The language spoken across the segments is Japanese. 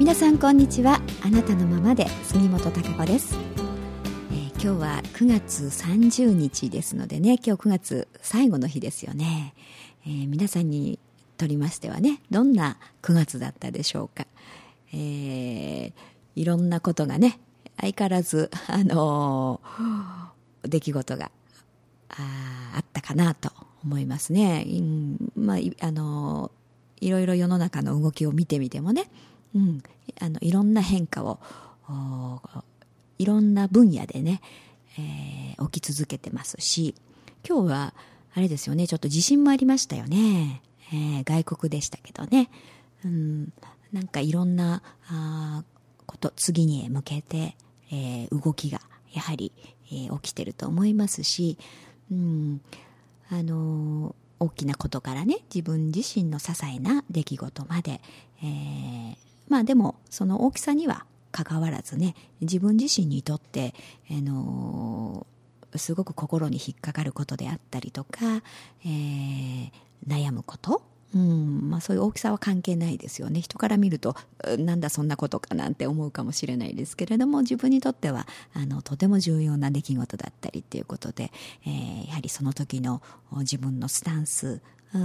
皆さんこんにちは。あなたのままで杉本孝子です。今日は9月30日ですのでね、今日9月最後の日ですよね。皆さんにとりましてはね、どんな9月だったでしょうか。いろんなことがね、相変わらず出来事があったかなと思いますね。いろいろ世の中の動きを見てみてもね、いろんな変化をいろんな分野でね、起き続けてますし、今日はあれですよね、ちょっと地震もありましたよね。外国でしたけどね、なんかいろんなこと次に向けて、動きがやはり、起きてると思いますし、大きなことからね、自分自身の些細な出来事まで、でもその大きさには関わらずね、自分自身にとって、すごく心に引っかかることであったりとか、悩むこと、そういう大きさは関係ないですよね。人から見るとなんだそんなことかなんて思うかもしれないですけれども、自分にとってはとても重要な出来事だったりっていうことで、やはりその時の自分のスタンス、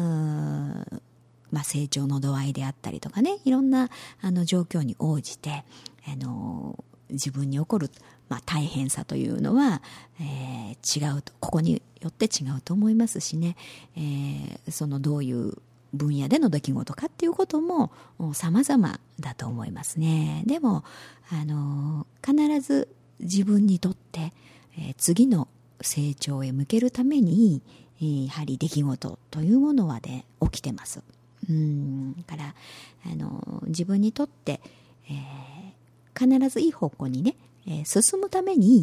成長の度合いであったりとかね、いろんな状況に応じて自分に起こる、大変さというのは、違うと、ここによって違うと思いますしね、そのどういう分野での出来事かっていうことも様々だと思いますね。でも必ず自分にとって、次の成長へ向けるために、やはり出来事というものはね、起きてます。だから自分にとって、必ずいい方向にね、進むために、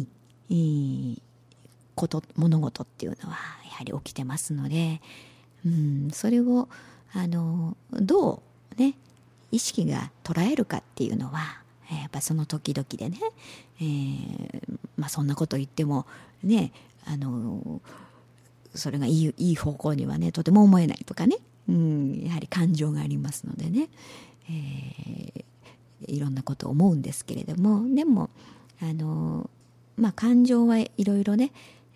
物事っていうのはやはり起きてますので、それをどうね、意識が捉えるかっていうのはやっぱその時々でね、そんなこと言ってもね、それがいい方向にはねとても思えないとかね、やはり感情がありますのでね、いろんなことを思うんですけれども、でも感情はいろいろね、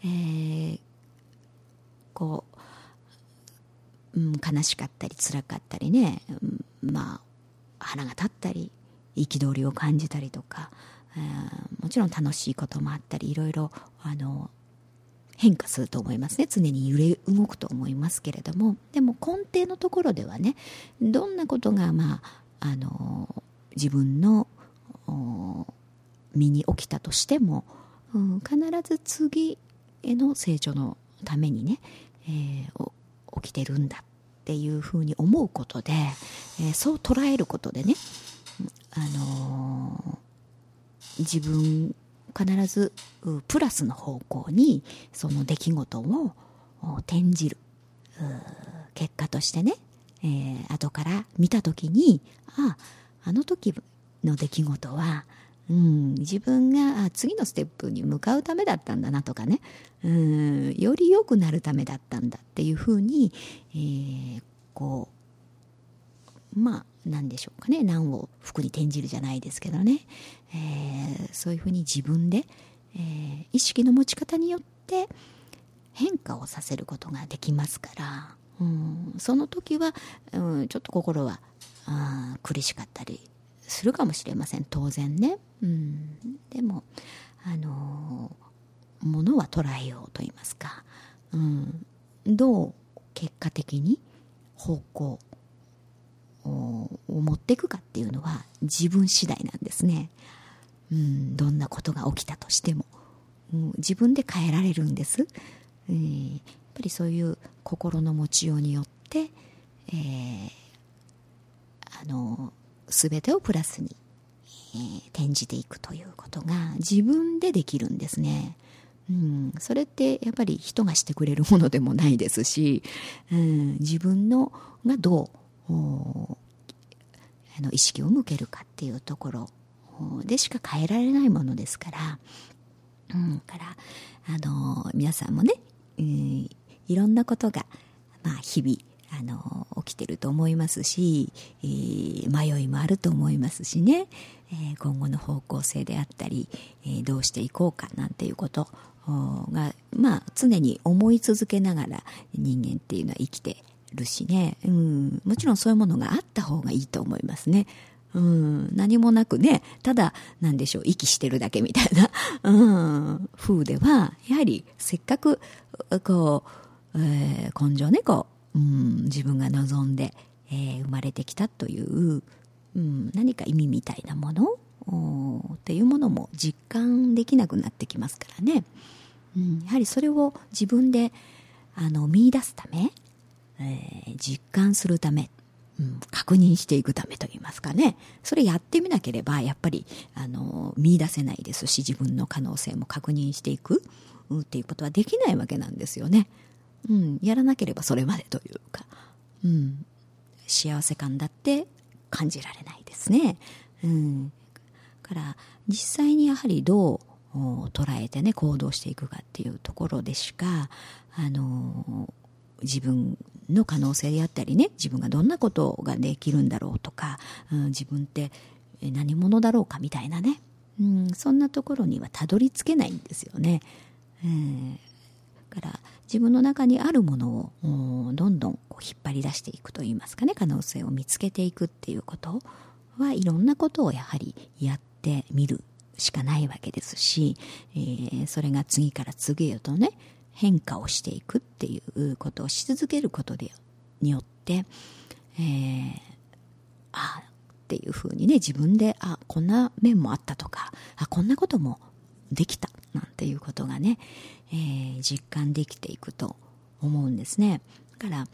悲しかったり辛かったりね、腹が立ったり憤りを感じたりとか、もちろん楽しいこともあったり、いろいろ変化すると思いますね。常に揺れ動くと思いますけれども、でも根底のところではね、どんなことが自分の身に起きたとしても、必ず次への成長のためにね、起きてるんだっていうふうに思うことで、そう捉えることでね、自分必ずプラスの方向にその出来事を転じる結果としてね、後から見た時に、あの時の出来事は、自分が次のステップに向かうためだったんだなとかね、より良くなるためだったんだっていうふうに、何でしょうかね、難を福に転じるじゃないですけどね、そういうふうに自分で、意識の持ち方によって変化をさせることができますから、その時は、ちょっと心は苦しかったりするかもしれません、当然ね。でもものは捉えようと言いますか、どう結果的に方向を持っていくかっていうのは自分次第なんですね。どんなことが起きたとしても、自分で変えられるんです。やっぱりそういう心の持ちようによって、全てをプラスに、転じていくということが自分でできるんですね。それってやっぱり人がしてくれるものでもないですし、自分がどう意識を向けるかっていうところでしか変えられないものですから、皆さんもね、いろんなことが日々起起きてると思いますし、迷いもあると思いますしね、今後の方向性であったり、どうしていこうかなんていうことが、常に思い続けながら人間っていうのは生きてるしね、もちろんそういうものがあった方がいいと思いますね。何もなくね、ただなんでしょう、息してるだけみたいな、風ではやはりせっかくこう、根性ねこう、自分が望んで、生まれてきたという、何か意味みたいなものっていうものも実感できなくなってきますからね、やはりそれを自分で見出すため、実感するため、確認していくためといいますかね、それやってみなければやっぱり見出せないですし、自分の可能性も確認していく、っていうことはできないわけなんですよね。やらなければそれまでというか、幸せ感だって感じられないですね。から実際にやはりどう捉えてね行動していくかっていうところでしか、自分の可能性であったりね、自分がどんなことができるんだろうとか、自分って何者だろうかみたいなね、そんなところにはたどり着けないんですよね。だから自分の中にあるものをどんどんこう引っ張り出していくといいますかね、可能性を見つけていくっていうことはいろんなことをやはりやってみるしかないわけですし、それが次から次へとね変化をしていくっていうことをし続けることによって、っていうふうにね、自分でこんな面もあったとか、こんなこともできたなんていうことがね、実感できていくと思うんですね。だから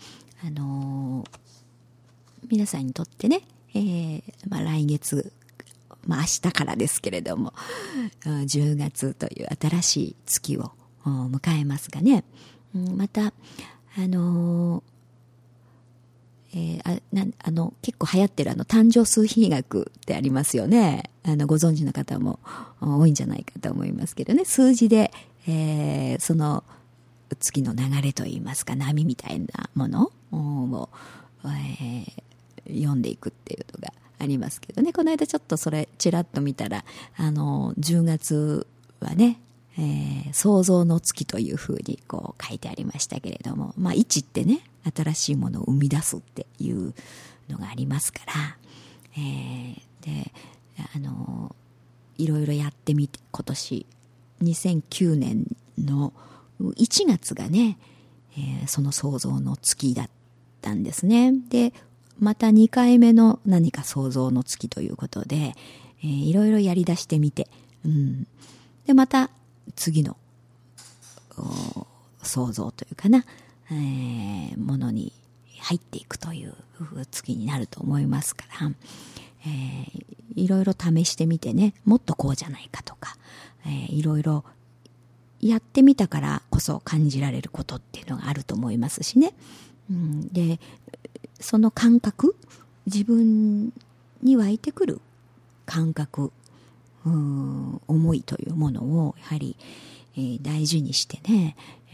皆さんにとってね、来月、明日からですけれども10月という新しい月を迎えますがね、また結構流行ってる誕生数比学ってありますよね。ご存知の方も多いんじゃないかと思いますけどね、数字で、その月の流れといいますか波みたいなものを、読んでいくっていうのがありますけどね。この間ちょっとそれちらっと見たら10月はね、創造の月というふうにこう書いてありましたけれども、1ってね新しいものを生み出すっていうのがありますから、でいろいろやってみて、今年2009年の1月がね、その創造の月だったんですね。でまた2回目の何か創造の月ということで、いろいろやり出してみて、でまた次の創造というかな、ものに入っていくという月になると思いますから、いろいろ試してみてね、もっとこうじゃないかとか、いろいろやってみたからこそ感じられることっていうのがあると思いますしね、でその感覚、自分に湧いてくる感覚、思いというものをやはり、大事にしてね、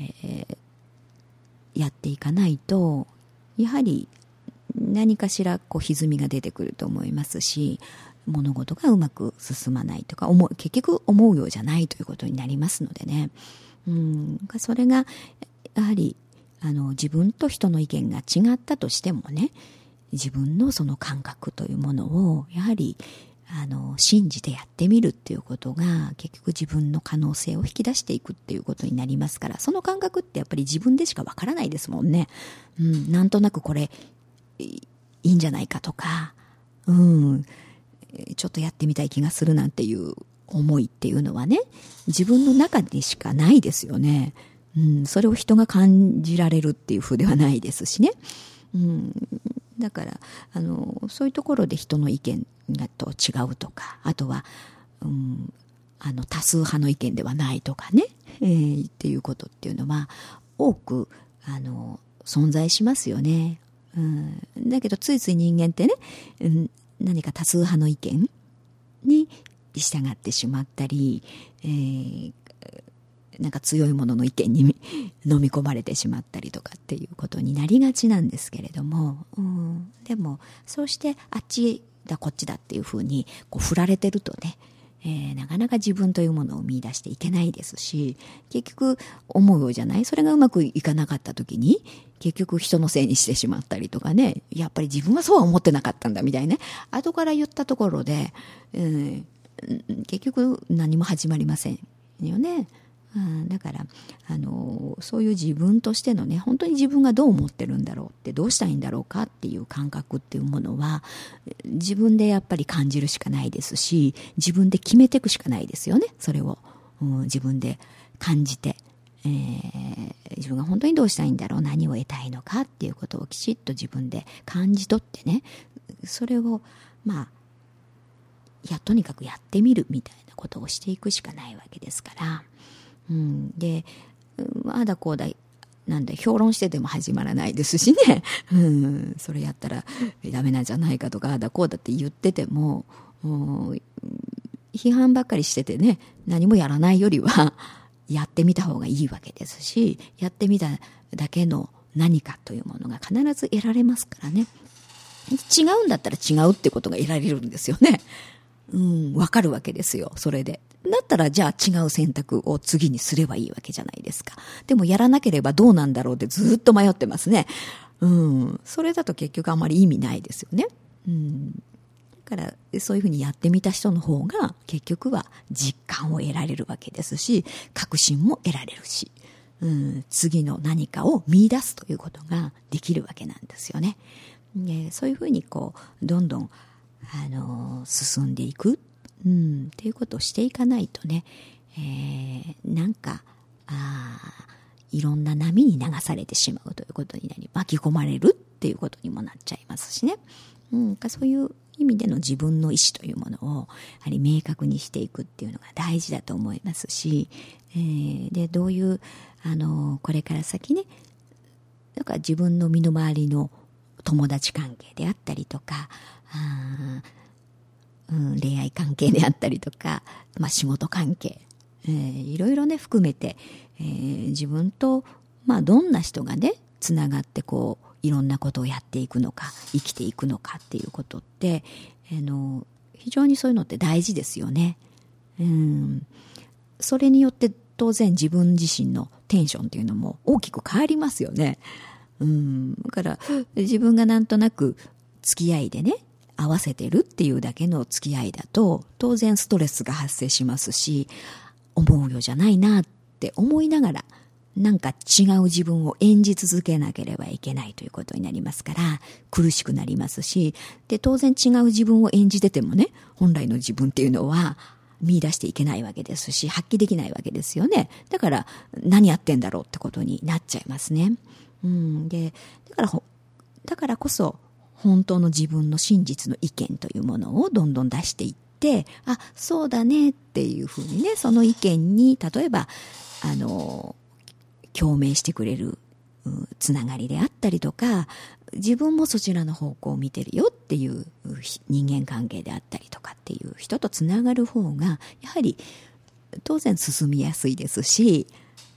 やっていかないとやはり何かしらこう歪みが出てくると思いますし、物事がうまく進まないとか、結局思うようじゃないということになりますのでね、それがやはり自分と人の意見が違ったとしてもね、自分のその感覚というものをやはり信じてやってみるっていうことが結局自分の可能性を引き出していくっていうことになりますから、その感覚ってやっぱり自分でしかわからないですもんね。なんとなくこれいいんじゃないかとか、ちょっとやってみたい気がするなんていう思いっていうのはね、自分の中でしかないですよね。それを人が感じられるっていう風ではないですしね。だからそういうところで人の意見がと違うとか、あとは、多数派の意見ではないとかね、っていうことっていうのは多く存在しますよね。だけどついつい人間ってね、何か多数派の意見に従ってしまったり、 なんか強いものの意見に飲み込まれてしまったりとかっていうことになりがちなんですけれども、でもそうしてあっちだこっちだっていうふうにこう振られてるとね、なかなか自分というものを見出していけないですし、結局思うようじゃない、それがうまくいかなかった時に結局人のせいにしてしまったりとかね、やっぱり自分はそうは思ってなかったんだみたいなね、後から言ったところで、結局何も始まりませんよね。だからそういう自分としてのね、本当に自分がどう思ってるんだろうって、どうしたいんだろうかっていう感覚っていうものは自分でやっぱり感じるしかないですし、自分で決めていくしかないですよね。それを、自分で感じて、自分が本当にどうしたいんだろう、何を得たいのかっていうことをきちっと自分で感じ取ってね、それをとにかくやってみるみたいなことをしていくしかないわけですから、で、ああだこうだなんだ評論してても始まらないですしね、それやったらダメなんじゃないかとか、ああだこうだって言ってても、批判ばっかりしててね、何もやらないよりはやってみた方がいいわけですし、やってみただけの何かというものが必ず得られますからね。違うんだったら違うってことが得られるんですよね。わかるわけですよ、それで。だったらじゃあ違う選択を次にすればいいわけじゃないですか。でもやらなければどうなんだろうってずっと迷ってますね。それだと結局あまり意味ないですよね。だからそういうふうにやってみた人の方が結局は実感を得られるわけですし、確信も得られるし、次の何かを見出すということができるわけなんですよね。そういうふうにこうどんどん進んでいく、っていうことをしていかないとね、なんかいろんな波に流されてしまうということになり、巻き込まれるっていうことにもなっちゃいますしね。そういう意味での自分の意思というものをやはり明確にしていくっていうのが大事だと思いますし、でどういうこれから先ね、だから自分の身の回りの友達関係であったりとか、恋愛関係であったりとか、仕事関係、いろいろね含めて、自分と、どんな人がねつながってこういろんなことをやっていくのか、生きていくのかっていうことって、非常にそういうのって大事ですよね。それによって当然自分自身のテンションっていうのも大きく変わりますよね。だから自分がなんとなく付き合いでね合わせてるっていうだけの付き合いだと当然ストレスが発生しますし、思うようじゃないなって思いながらなんか違う自分を演じ続けなければいけないということになりますから、苦しくなりますし、で当然違う自分を演じててもね、本来の自分っていうのは見出していけないわけですし、発揮できないわけですよね。だから何やってんだろうってことになっちゃいますね。でだからこそ本当の自分の真実の意見というものをどんどん出していって、そうだねっていうふうにね、その意見に例えば共鳴してくれるつながりであったりとか、自分もそちらの方向を見てるよっていう人間関係であったりとかっていう人とつながる方がやはり当然進みやすいですし、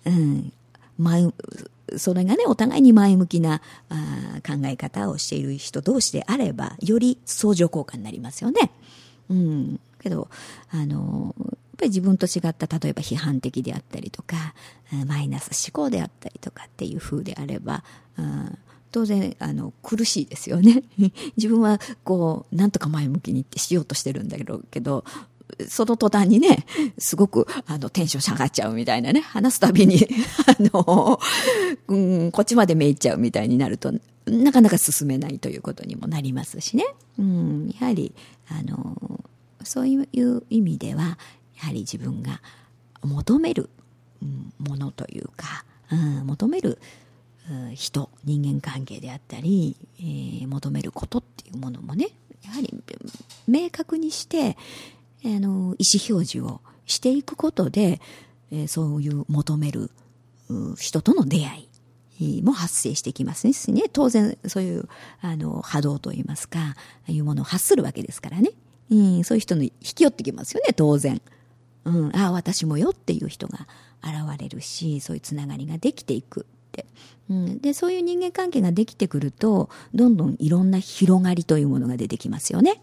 それがねお互いに前向きな考え方をしている人同士であればより相乗効果になりますよね。けどやっぱり自分と違った例えば批判的であったりとかマイナス思考であったりとかっていう風であれば当然苦しいですよね。自分はこうなんとか前向きにってしようとしてるんだけどその途端にねすごくテンション下がっちゃうみたいなね、話すたびにこっちまでめいっちゃうみたいになるとなかなか進めないということにもなりますしね。やはりそういう意味ではやはり自分が求めるものというか、求める人間関係であったり、求めることっていうものもねやはり明確にして意思表示をしていくことで、そういう求める人との出会いも発生してきますね。当然そういう波動といいますかいうものを発するわけですからね、そういう人の引き寄ってきますよね当然。 ああ私もよっていう人が現れるし、そういうつながりができていくって、でそういう人間関係ができてくると、どんどんいろんな広がりというものが出てきますよね。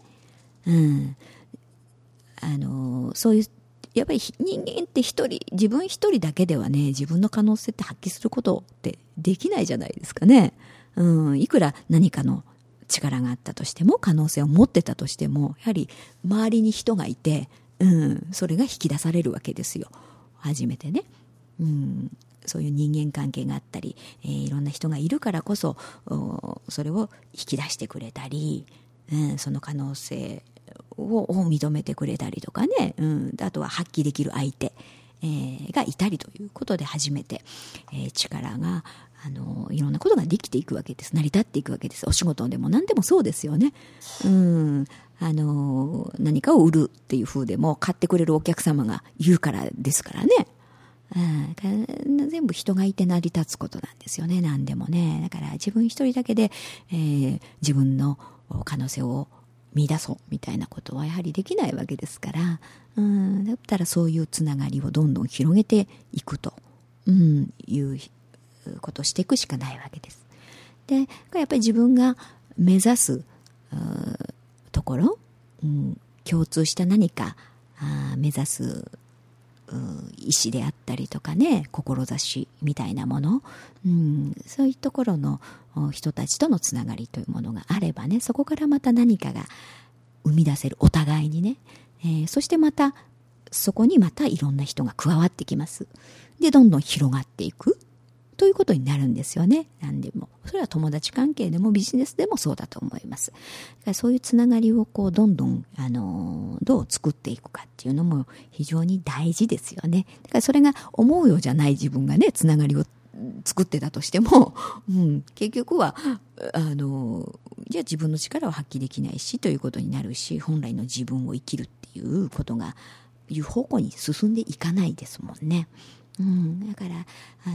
そういうやっぱり人間って自分一人だけではね、自分の可能性って発揮することってできないじゃないですかね。いくら何かの力があったとしても、可能性を持ってたとしても、やはり周りに人がいて、それが引き出されるわけですよ。初めてね。そういう人間関係があったり、いろんな人がいるからこそ、それを引き出してくれたり、その可能性を認めてくれたりとかね、あとは発揮できる相手、がいたりということで初めて、力がいろんなことができていくわけです。成り立っていくわけです。お仕事でも何でもそうですよね。何かを売るっていう風でも買ってくれるお客様がいるからですからね。全部人がいて成り立つことなんですよね。何でもね。だから自分一人だけで、自分の可能性を見出そうみたいなことはやはりできないわけですから、だったらそういうつながりをどんどん広げていくと、いうことをしていくしかないわけです。で、やっぱり自分が目指すところ、共通した何か目指す意思であったりとかね、志みたいなもの、そういうところの人たちとのつながりというものがあればね、そこからまた何かが生み出せる、お互いにね、そしてまたそこにまたいろんな人が加わってきます。でどんどん広がっていくということになるんですよね。何でもそれは友達関係でもビジネスでもそうだと思います。だからそういうつながりをこうどんどんどう作っていくかっていうのも非常に大事ですよね。だからそれが思うようじゃない自分がね、つながりを作ってたとしても、結局はじゃあ自分の力を発揮できないしということになるし、本来の自分を生きるっていうことがいう方向に進んでいかないですもんね。だから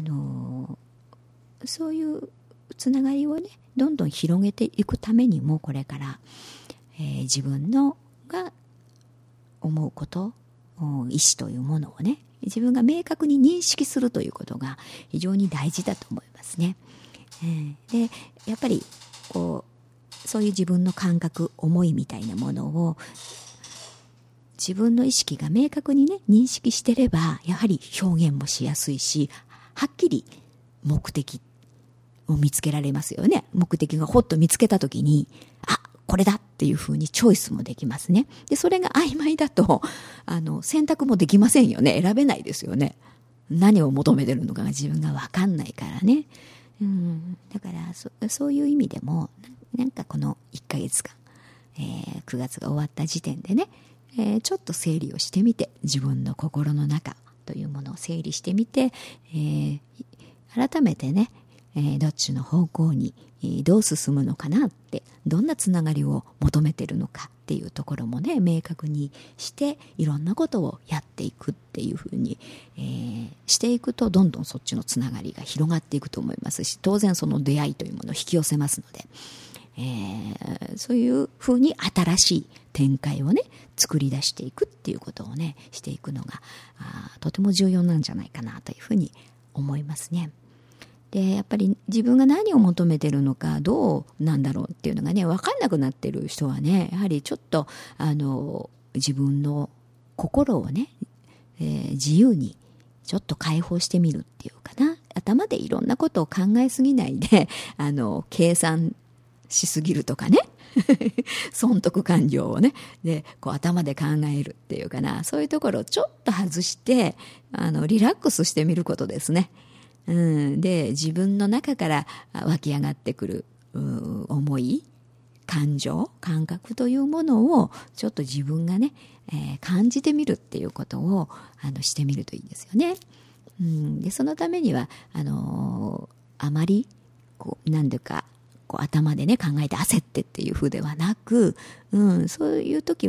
そういうつながりをねどんどん広げていくためにも、これから、自分のが思うこと、意思というものをね、自分が明確に認識するということが非常に大事だと思いますね。でやっぱりこうそういう自分の感覚、思いみたいなものを自分の意識が明確にね認識してれば、やはり表現もしやすいし、はっきり目的を見つけられますよね。目的がほっと見つけたときに、これだっていうふうにチョイスもできますね。でそれが曖昧だと選択もできませんよね。選べないですよね。何を求めてるのかが自分が分かんないからね。だからそういう意味でもなんかこの1ヶ月間、9月が終わった時点でね、ちょっと整理をしてみて、自分の心の中というものを整理してみて、改めてね、どっちの方向にどう進むのかなって、どんなつながりを求めてるのかっていうところもね明確にして、いろんなことをやっていくっていうふうに、していくと、どんどんそっちのつながりが広がっていくと思いますし、当然その出会いというものを引き寄せますので、そういうふうに新しい展開をね作り出していくっていうことをねしていくのがとても重要なんじゃないかなというふうに思いますね。でやっぱり自分が何を求めてるのか、どうなんだろうっていうのがね分かんなくなってる人はね、やはりちょっと自分の心をね、自由にちょっと解放してみるっていうかな、頭でいろんなことを考えすぎないで計算しすぎるとかね損得感情をねでこう頭で考えるっていうかな、そういうところをちょっと外してリラックスしてみることですね。で自分の中から湧き上がってくる思い、感情、感覚というものをちょっと自分がね、感じてみるっていうことをしてみるといいですよね。でそのためにはあまりこうなんていうかこう頭でね考えて焦ってっていう風ではなく、そういう時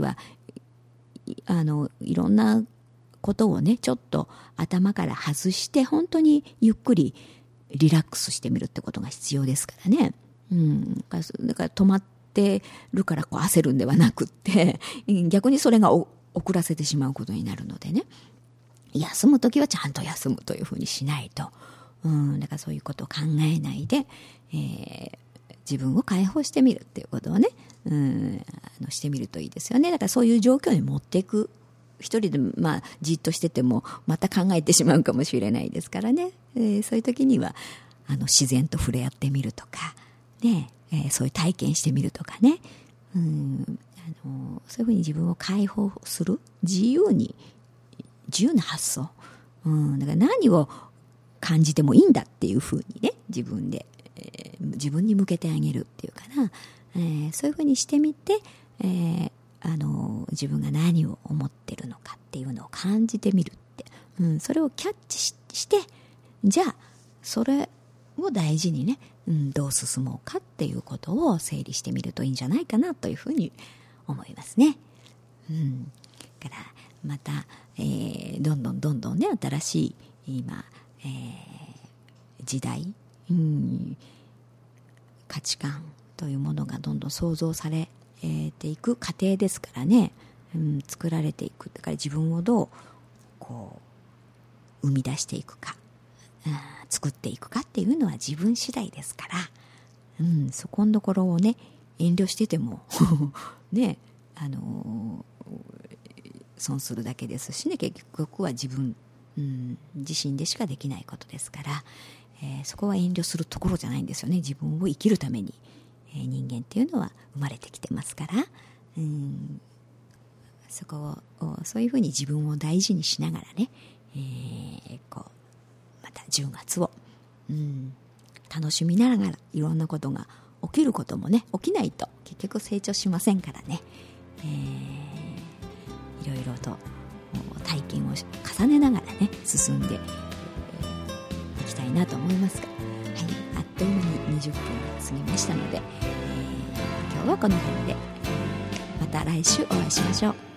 はいろんなことをねちょっと頭から外して本当にゆっくりリラックスしてみるってことが必要ですからね。だから止まってるからこう焦るんではなくって逆にそれが遅らせてしまうことになるのでね、 休むときはちゃんと休むというふうにしないと、だからそういうことを考えないで、自分を解放してみるっていうことをね、してみるといいですよね。だからそういう状況に持っていく。一人でじっとしててもまた考えてしまうかもしれないですからね、そういう時には自然と触れ合ってみるとか、ねそういう体験してみるとかね、そういうふうに自分を解放する自由な発想、だから何を感じてもいいんだっていうふうにね、自分に向けてあげるっていうかな、そういうふうにしてみて、自分が何を思ってるのかっていうのを感じてみるって、それをキャッチして、じゃあそれを大事にね、どう進もうかっていうことを整理してみるといいんじゃないかなというふうに思いますね。だからまた、どんどんね、新しい今、時代、価値観というものがどんどん創造されていく過程ですからね、作られていく。だから自分をどう生み出していくか、作っていくかっていうのは自分次第ですから、そこのところをね、遠慮しててもね、損するだけですしね、結局は自分、自身でしかできないことですから、そこは遠慮するところじゃないんですよね。自分を生きるために、人間っていうのは生まれてきてますから、そこをそういうふうに自分を大事にしながらね、また10月を、楽しみながら、いろんなことが起きることもね、起きないと結局成長しませんからね、いろいろと体験を重ねながらね、進んでいきたいなと思いますが、あっという間に20分過ぎましたので、今日はこの辺で、また来週お会いしましょう。